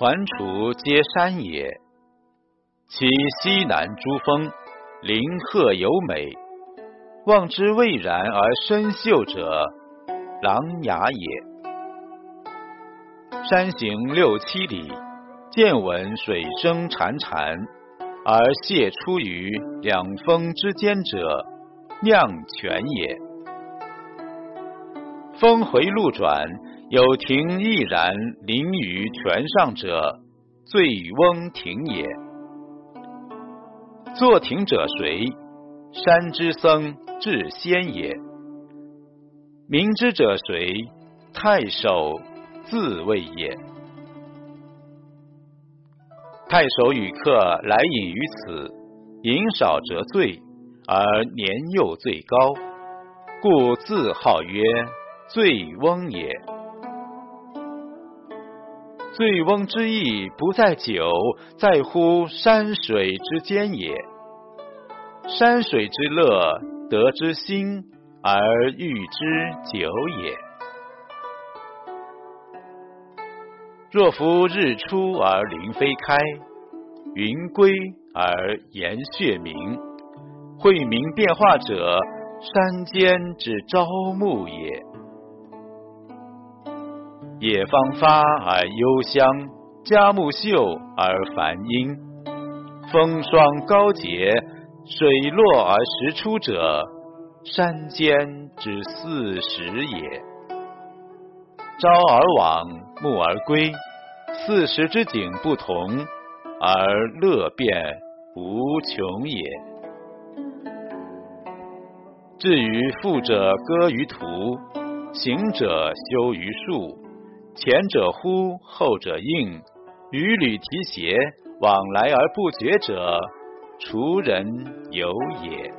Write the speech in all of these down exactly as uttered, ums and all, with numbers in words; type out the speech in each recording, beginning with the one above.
环滁皆山也。其西南诸峰，林壑尤美，望之蔚然而深秀者，琅琊也。山行六七里，见闻水声潺潺，而泻出于两峰之间者，酿泉也。峰回路转，有亭毅然临于泉上者，醉翁亭也。作亭者谁？山之僧智仙也。明之者谁？太守自谓也。太守与客来饮于此，饮少则醉，而年幼最高，故自号曰醉翁也。醉翁之意不在酒，在乎山水之间也。山水之乐，得之心，而寓之酒也。若夫日出而林霏开，云归而岩穴明，晦明变化者，山间之朝暮也。野芳发而幽香，佳木秀而繁英，风霜高洁，水落而石出者，山间之四时也。朝而往，暮而归，四时之景不同，而乐变无穷也。至于富者歌于途，行者休于树，前者呼，后者应，屡屡提携，往来而不绝者，滁人游也。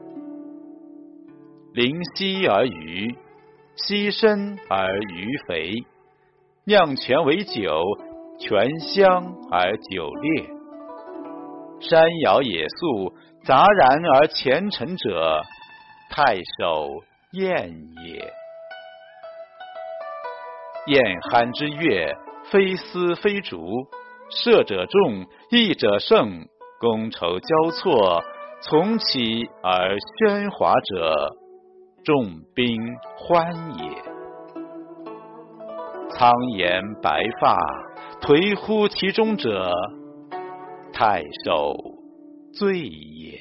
临溪而渔，溪深而鱼肥，酿泉为酒，泉香而酒冽。山摇野宿，杂然而前陈者，太守晏也。晏酣之乐，非丝非竹，射者众，弈者胜，觥筹交错，从起而喧哗者，众宾欢也。苍颜白发，颓乎其中者，太守醉也。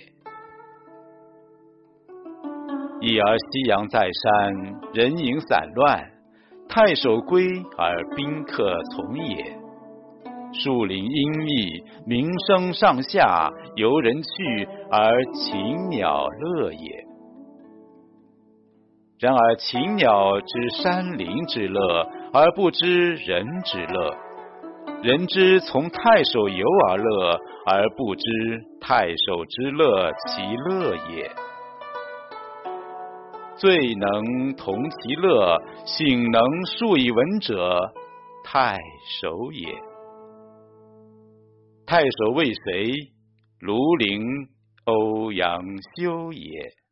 已而夕阳在山，人影散乱，太守归而宾客从也。树林阴翳，鸣声上下，游人去而禽鸟乐也。然而禽鸟知山林之乐，而不知人之乐；人知从太守游而乐，而不知太守之乐其乐也。醉能同其乐，醒能述以文者，太守也。太守为谁？庐陵欧阳修也。